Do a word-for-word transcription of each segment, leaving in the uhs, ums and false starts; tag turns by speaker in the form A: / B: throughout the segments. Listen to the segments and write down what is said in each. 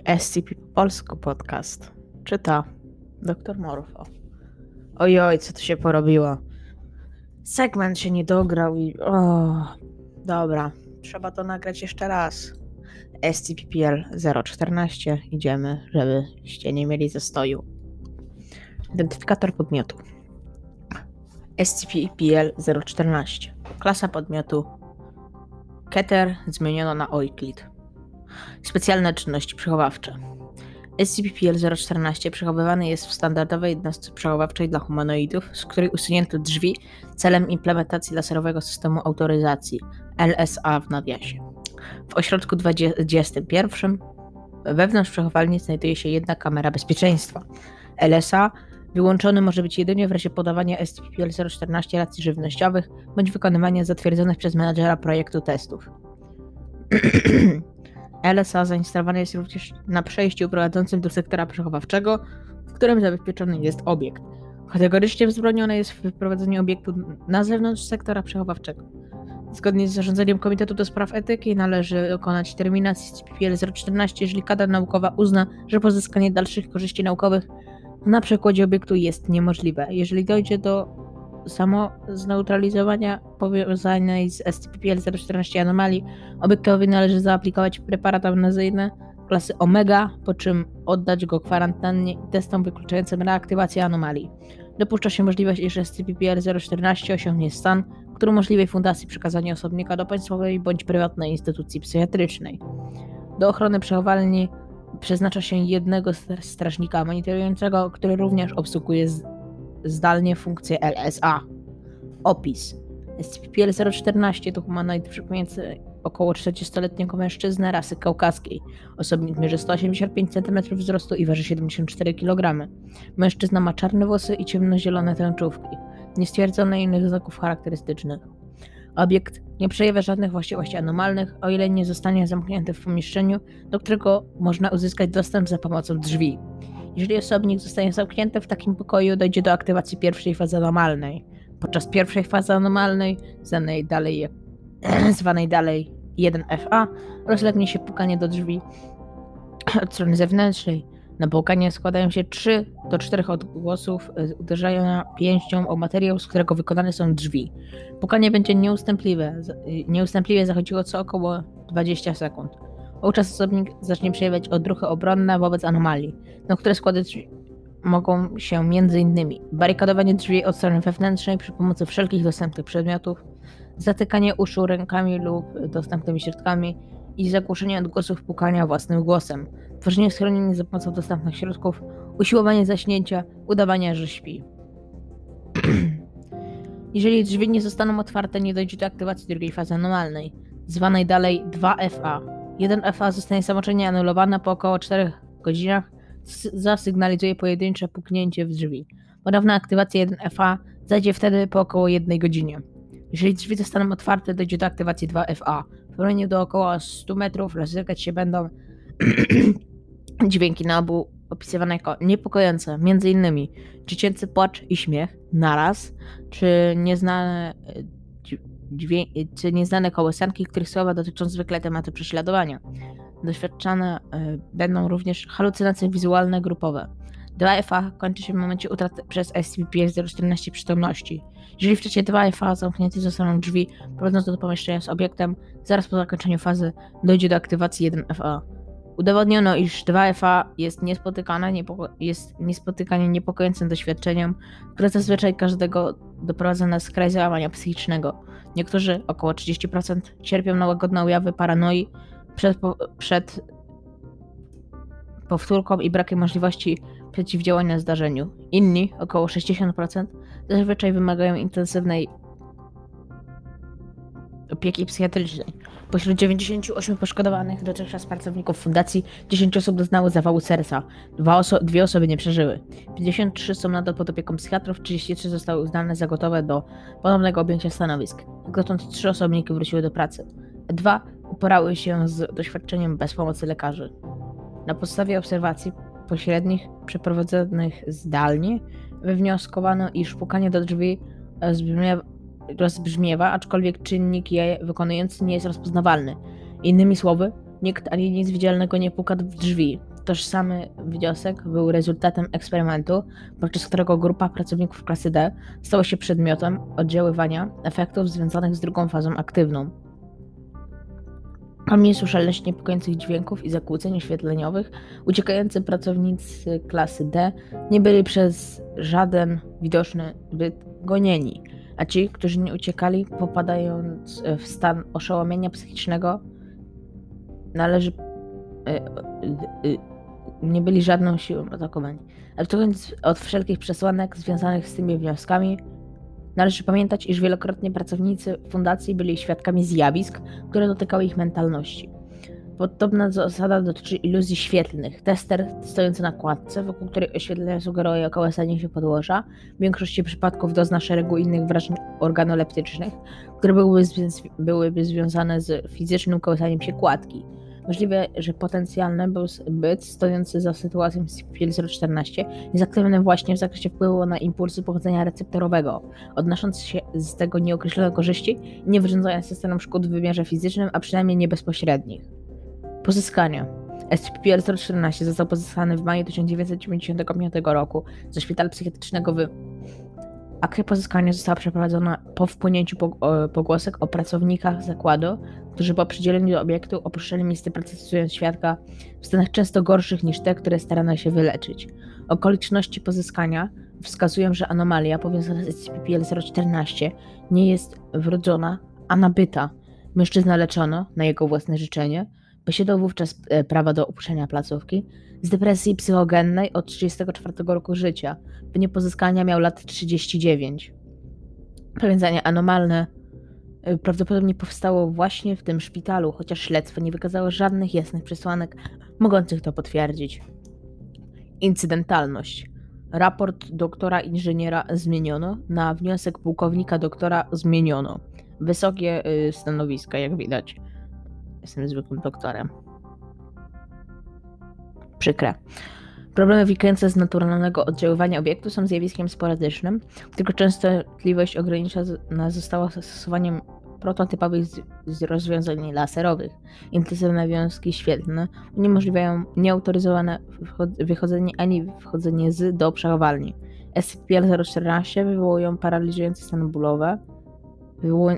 A: S C P po polsku podcast. Czyta doktor Morfo. Ojoj, co tu się porobiło? Segment się nie dograł i... O, dobra, trzeba to nagrać jeszcze raz. S C P P L zero czternaście. Idziemy, żebyście nie mieli zastoju. Identyfikator podmiotu. S C P P L zero czternaście. Klasa podmiotu Keter zmieniono na Euclid. Specjalne czynności przechowawcze. S C P P L zero czternaście przechowywany jest w standardowej jednostce przechowawczej dla humanoidów, z której usunięto drzwi celem implementacji laserowego systemu autoryzacji L S A w nawiasie. W ośrodku dwudziestym pierwszym wewnątrz przechowalni znajduje się jedna kamera bezpieczeństwa. L S A wyłączony może być jedynie w razie podawania S C P P L zero czternaście racji żywnościowych bądź wykonywania zatwierdzonych przez menadżera projektu testów. L S A zainstalowany jest również na przejściu prowadzącym do sektora przechowawczego, w którym zabezpieczony jest obiekt. Kategorycznie wzbronione jest wyprowadzenie obiektu na zewnątrz sektora przechowawczego. Zgodnie z zarządzeniem Komitetu do Spraw Etyki należy dokonać terminacji S C P P L zero czternaście, jeżeli kadra naukowa uzna, że pozyskanie dalszych korzyści naukowych na przykładzie obiektu jest niemożliwe. Jeżeli dojdzie do samo zneutralizowania powiązanej z S C P P L zero czternaście anomalii, obiektowi należy zaaplikować preparat amnezyjny klasy Omega, po czym oddać go kwarantannie i testom wykluczającym reaktywację anomalii. Dopuszcza się możliwość, iż S C P P L zero czternaście osiągnie stan, który umożliwi fundacji przekazanie osobnika do państwowej bądź prywatnej instytucji psychiatrycznej. Do ochrony przechowalni przeznacza się jednego strażnika monitorującego, który również obsługuje z zdalnie funkcję L S A. Opis. S C P P L zero czternaście to humanoid przypominający około czterdziestoletniego mężczyznę rasy kaukaskiej. Osobnik mierzy sto osiemdziesiąt pięć centymetrów wzrostu i waży siedemdziesiąt cztery kilogramy. Mężczyzna ma czarne włosy i ciemnozielone tęczówki. Nie stwierdzono innych znaków charakterystycznych. Obiekt nie przejawia żadnych właściwości anomalnych, o ile nie zostanie zamknięty w pomieszczeniu, do którego można uzyskać dostęp za pomocą drzwi. Jeżeli osobnik zostanie zamknięty w takim pokoju, dojdzie do aktywacji pierwszej fazy anomalnej. Podczas pierwszej fazy anomalnej, zwanej dalej, zwanej dalej jeden F A, rozlegnie się pukanie do drzwi od strony zewnętrznej. Na pukanie składają się trzy do czterech odgłosów uderzania pięścią o materiał, z którego wykonane są drzwi. Pukanie będzie nieustępliwe, nieustępliwie zachodziło co około dwadzieścia sekund. Wówczas osobnik zacznie przejawiać odruchy obronne wobec anomalii, na które składać mogą się m.in. barykadowanie drzwi od strony wewnętrznej przy pomocy wszelkich dostępnych przedmiotów, zatykanie uszu rękami lub dostępnymi środkami i zagłuszenie odgłosów pukania własnym głosem, tworzenie schronienia za pomocą dostępnych środków, usiłowanie zaśnięcia, udawania, że śpi. Jeżeli drzwi nie zostaną otwarte, nie dojdzie do aktywacji drugiej fazy anomalnej, zwanej dalej dwa F A. jeden F A zostanie samoczynnie anulowana po około czterech godzinach, zasygnalizuje pojedyncze puknięcie w drzwi. Ponowna aktywacja jeden F A zajdzie wtedy po około jednej godzinie. Jeżeli drzwi zostaną otwarte, dojdzie do aktywacji dwa F A. W promieniu do około stu metrów rozlegać się będą dźwięki na obu opisywane jako niepokojące, m.in. dziecięcy płacz i śmiech naraz, czy nieznane Dźwię- czy nieznane kołysanki, których słowa dotyczą zwykle tematu prześladowania. Doświadczane y, będą również halucynacje wizualne grupowe. dwa F A kończy się w momencie utraty przez S C P P L zero czternaście przytomności. Jeżeli w czasie dwa F A zamknięte zostaną drzwi prowadzące do pomieszczenia z obiektem, zaraz po zakończeniu fazy dojdzie do aktywacji jeden F A. Udowodniono, iż dwa F A jest niespotykane, niepoko- jest niespotykanie niepokojącym doświadczeniem, które zazwyczaj każdego doprowadza na skraj załamania psychicznego. Niektórzy, około trzydzieści procent, cierpią na łagodne objawy paranoi przed, po, przed powtórką i brakiem możliwości przeciwdziałania zdarzeniu. Inni, około sześćdziesiąt procent, zazwyczaj wymagają intensywnej opieki psychiatrycznej. Pośród dziewięćdziesięciu ośmiu poszkodowanych dotychczas pracowników fundacji dziesięć osób doznało zawału serca, Dwa oso- dwie osoby nie przeżyły. pięćdziesiąt trzy są nadal pod opieką psychiatrów, trzydzieści trzy zostały uznane za gotowe do ponownego objęcia stanowisk. Jak dotąd trzy osobniki wróciły do pracy. Dwa uporały się z doświadczeniem bez pomocy lekarzy. Na podstawie obserwacji pośrednich przeprowadzonych zdalnie wywnioskowano, iż pukanie do drzwi rozbrzmiewa rozbrzmiewa, aczkolwiek czynnik je wykonujący nie jest rozpoznawalny. Innymi słowy, nikt ani nic widzialnego nie puka w drzwi. Tożsamy wniosek był rezultatem eksperymentu, podczas którego grupa pracowników klasy D stała się przedmiotem oddziaływania efektów związanych z drugą fazą aktywną. Pomimo słyszalności niepokojących dźwięków i zakłóceń oświetleniowych, uciekający pracownicy klasy D nie byli przez żaden widoczny byt gonieni, a ci, którzy nie uciekali, popadając w stan oszołomienia psychicznego, należy nie byli żadną siłą atakowani. Abstrahując od wszelkich przesłanek związanych z tymi wnioskami, należy pamiętać, iż wielokrotnie pracownicy fundacji byli świadkami zjawisk, które dotykały ich mentalności. Podobna zasada dotyczy iluzji świetlnych. Tester stojący na kładce, wokół której oświetlenie sugeruje kołysanie się podłoża, w większości przypadków dozna szeregu innych wrażeń organoleptycznych, które byłyby, zwią- byłyby związane z fizycznym kołysaniem się kładki. Możliwe, że potencjalny byt stojący za sytuacją S C P L zero czternaście jest aktywny właśnie w zakresie wpływu na impulsy pochodzenia receptorowego, odnosząc się z tego nieokreślone korzyści i nie wyrządzając systemom szkód w wymiarze fizycznym, a przynajmniej nie bezpośrednich. Pozyskanie. S C P L zero czternaście został pozyskany w maju tysiąc dziewięćset dziewięćdziesiątego piątego roku ze szpitala psychiatrycznego w... Akcja pozyskania została przeprowadzona po wpłynięciu pogłosek o pracownikach zakładu, którzy po przydzieleniu do obiektu opuszczali miejsce pracy, cytując świadka, w stanach często gorszych niż te, które starano się wyleczyć. Okoliczności pozyskania wskazują, że anomalia powiązana z S C P L zero czternaście nie jest wrodzona, a nabyta. Mężczyzna leczono, na jego własne życzenie, posiadał wówczas prawa do opuszczenia placówki, z depresji psychogennej od trzydziestego czwartego roku życia. W dniu pozyskania miał lat trzydzieści dziewięć. Powiązanie anomalne prawdopodobnie powstało właśnie w tym szpitalu, chociaż śledztwo nie wykazało żadnych jasnych przesłanek mogących to potwierdzić. Incydentalność. Raport doktora inżyniera zmieniono, na wniosek pułkownika doktora zmieniono. Wysokie y, stanowiska, jak widać. Jestem zwykłym doktorem. Przykre. Problemy wynikające z naturalnego oddziaływania obiektu są zjawiskiem sporadycznym, tylko częstotliwość ograniczona została zastosowaniem prototypowych z, z rozwiązań laserowych. Intensywne wiązki świetlne uniemożliwiają nieautoryzowane wychodzenie ani wchodzenie z do przechowalni. S C P L zero czternaście wywołują paraliżujące stany bólowe. Wywołują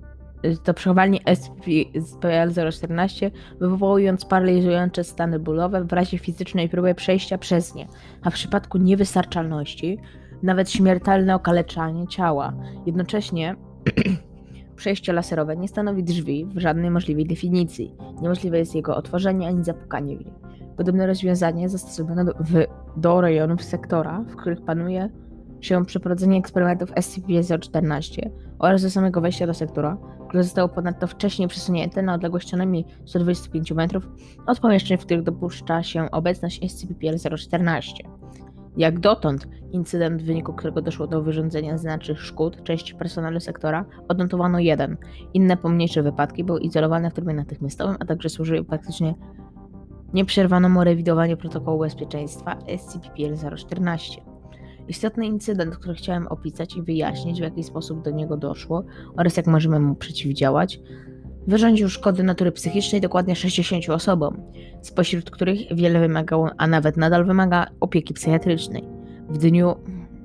A: do przechowalni S C P L zero czternaście, wywołując paraliżujące stany bólowe w razie fizycznej próby przejścia przez nie, a w przypadku niewystarczalności nawet śmiertelne okaleczanie ciała. Jednocześnie przejście laserowe nie stanowi drzwi w żadnej możliwej definicji. Niemożliwe jest jego otworzenie ani zapukanie w nie. Podobne rozwiązanie zastosowano w, do rejonów sektora, w których panuje się przeprowadzenie eksperymentów S C P zero czternaście oraz do samego wejścia do sektora, które zostało ponadto wcześniej przesunięte na odległość co najmniej sto dwadzieścia pięć metrów od pomieszczeń, w których dopuszcza się obecność S C P zero czternaście. Jak dotąd incydent, w wyniku którego doszło do wyrządzenia znacznych szkód części personelu sektora, odnotowano jeden. Inne pomniejsze wypadki były izolowane w trybie natychmiastowym, a także służyły praktycznie nieprzerwanemu rewidowaniu protokołu bezpieczeństwa S C P zero czternaście. Istotny incydent, który chciałem opisać i wyjaśnić, w jaki sposób do niego doszło oraz jak możemy mu przeciwdziałać, wyrządził szkody natury psychicznej dokładnie sześćdziesięciu osobom, spośród których wiele wymagało, a nawet nadal wymaga, opieki psychiatrycznej. W dniu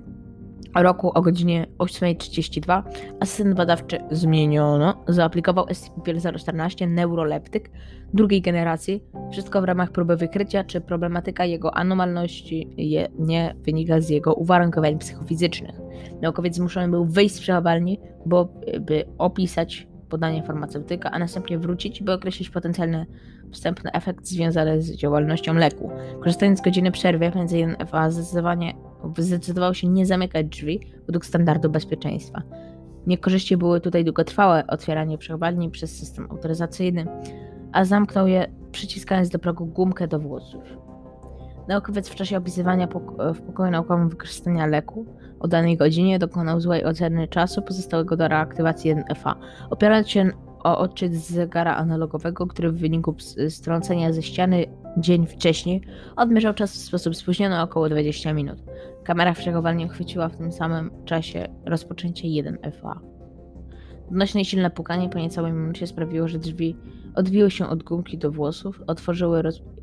A: roku o godzinie ósma trzydzieści dwa asystent badawczy zmieniono zaaplikował S C P zero czternaście neuroleptyk drugiej generacji, wszystko w ramach próby wykrycia, czy problematyka jego anomalności je, nie wynika z jego uwarunkowań psychofizycznych. Naukowiec zmuszony był wyjść z przechowalni, bo, by opisać podanie farmaceutyka, a następnie wrócić, by określić potencjalny wstępny efekt związany z działalnością leku. Korzystając z godziny przerwy między jeden F A zdecydowanie zdecydował się nie zamykać drzwi według standardu bezpieczeństwa. Niekorzyści były tutaj długotrwałe otwieranie przechowalni przez system autoryzacyjny, a zamknął je przyciskając do progu gumkę do włosów. Naukowiec w czasie opisywania pok- w pokoju naukowym wykorzystania leku o danej godzinie dokonał złej oceny czasu pozostałego do reaktywacji jeden F A, opierając się o odczyt z zegara analogowego, który w wyniku strącenia ze ściany dzień wcześniej odmierzał czas w sposób spóźniony o około dwadzieścia minut. Kamera w przechowalni uchwyciła w tym samym czasie rozpoczęcie jeden F A. Donośne i silne pukanie po niecałej minucie sprawiło, że drzwi odbiły się od gumki do włosów, otworzyły roz...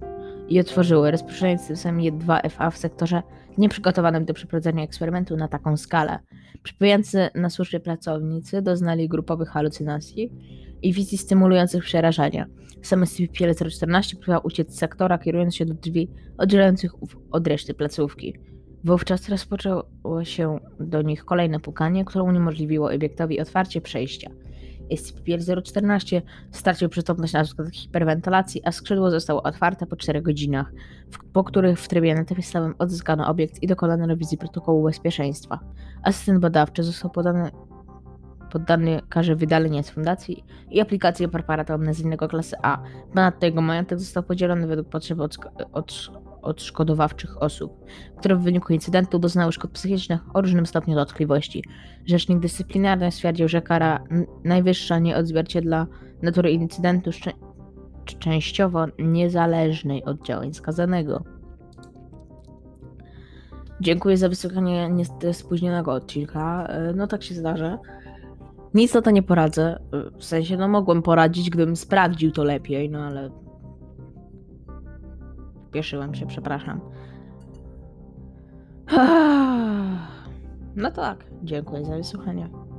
A: i otworzyły, rozpuszczając tym samym je dwa F A w sektorze nieprzygotowanym do przeprowadzenia eksperymentu na taką skalę. Przybywający na służbie pracownicy doznali grupowych halucynacji i wizji stymulujących przerażenia. Sam S C P L zero czternaście próbował uciec z sektora, kierując się do drzwi oddzielających ów od reszty placówki. Wówczas rozpoczęło się do nich kolejne pukanie, które uniemożliwiło obiektowi otwarcie przejścia. S C P L zero czternaście stracił przytomność na skutek hiperwentylacji, a skrzydło zostało otwarte po czterech godzinach, w, po których w trybie natychmiastowym odzyskano obiekt i dokonano rewizji protokołu bezpieczeństwa. Asystent badawczy został podany, poddany karze wydalenia z fundacji i aplikacji preparatu amnezyjnego klasy A. Ponadto jego majątek został podzielony według potrzeb odsk- odsz- odszkodowawczych osób, które w wyniku incydentu doznały szkód psychicznych o różnym stopniu dotkliwości. Rzecznik dyscyplinarny stwierdził, że kara n- najwyższa nie odzwierciedla natury incydentu szczę- częściowo niezależnej od działań skazanego. Dziękuję za wysłuchanie niestety spóźnionego odcinka. No tak się zdarza. Nic na to nie poradzę. W sensie, no mogłem poradzić, gdybym sprawdził to lepiej, no ale spieszyłem się, przepraszam. No tak, dziękuję za wysłuchanie.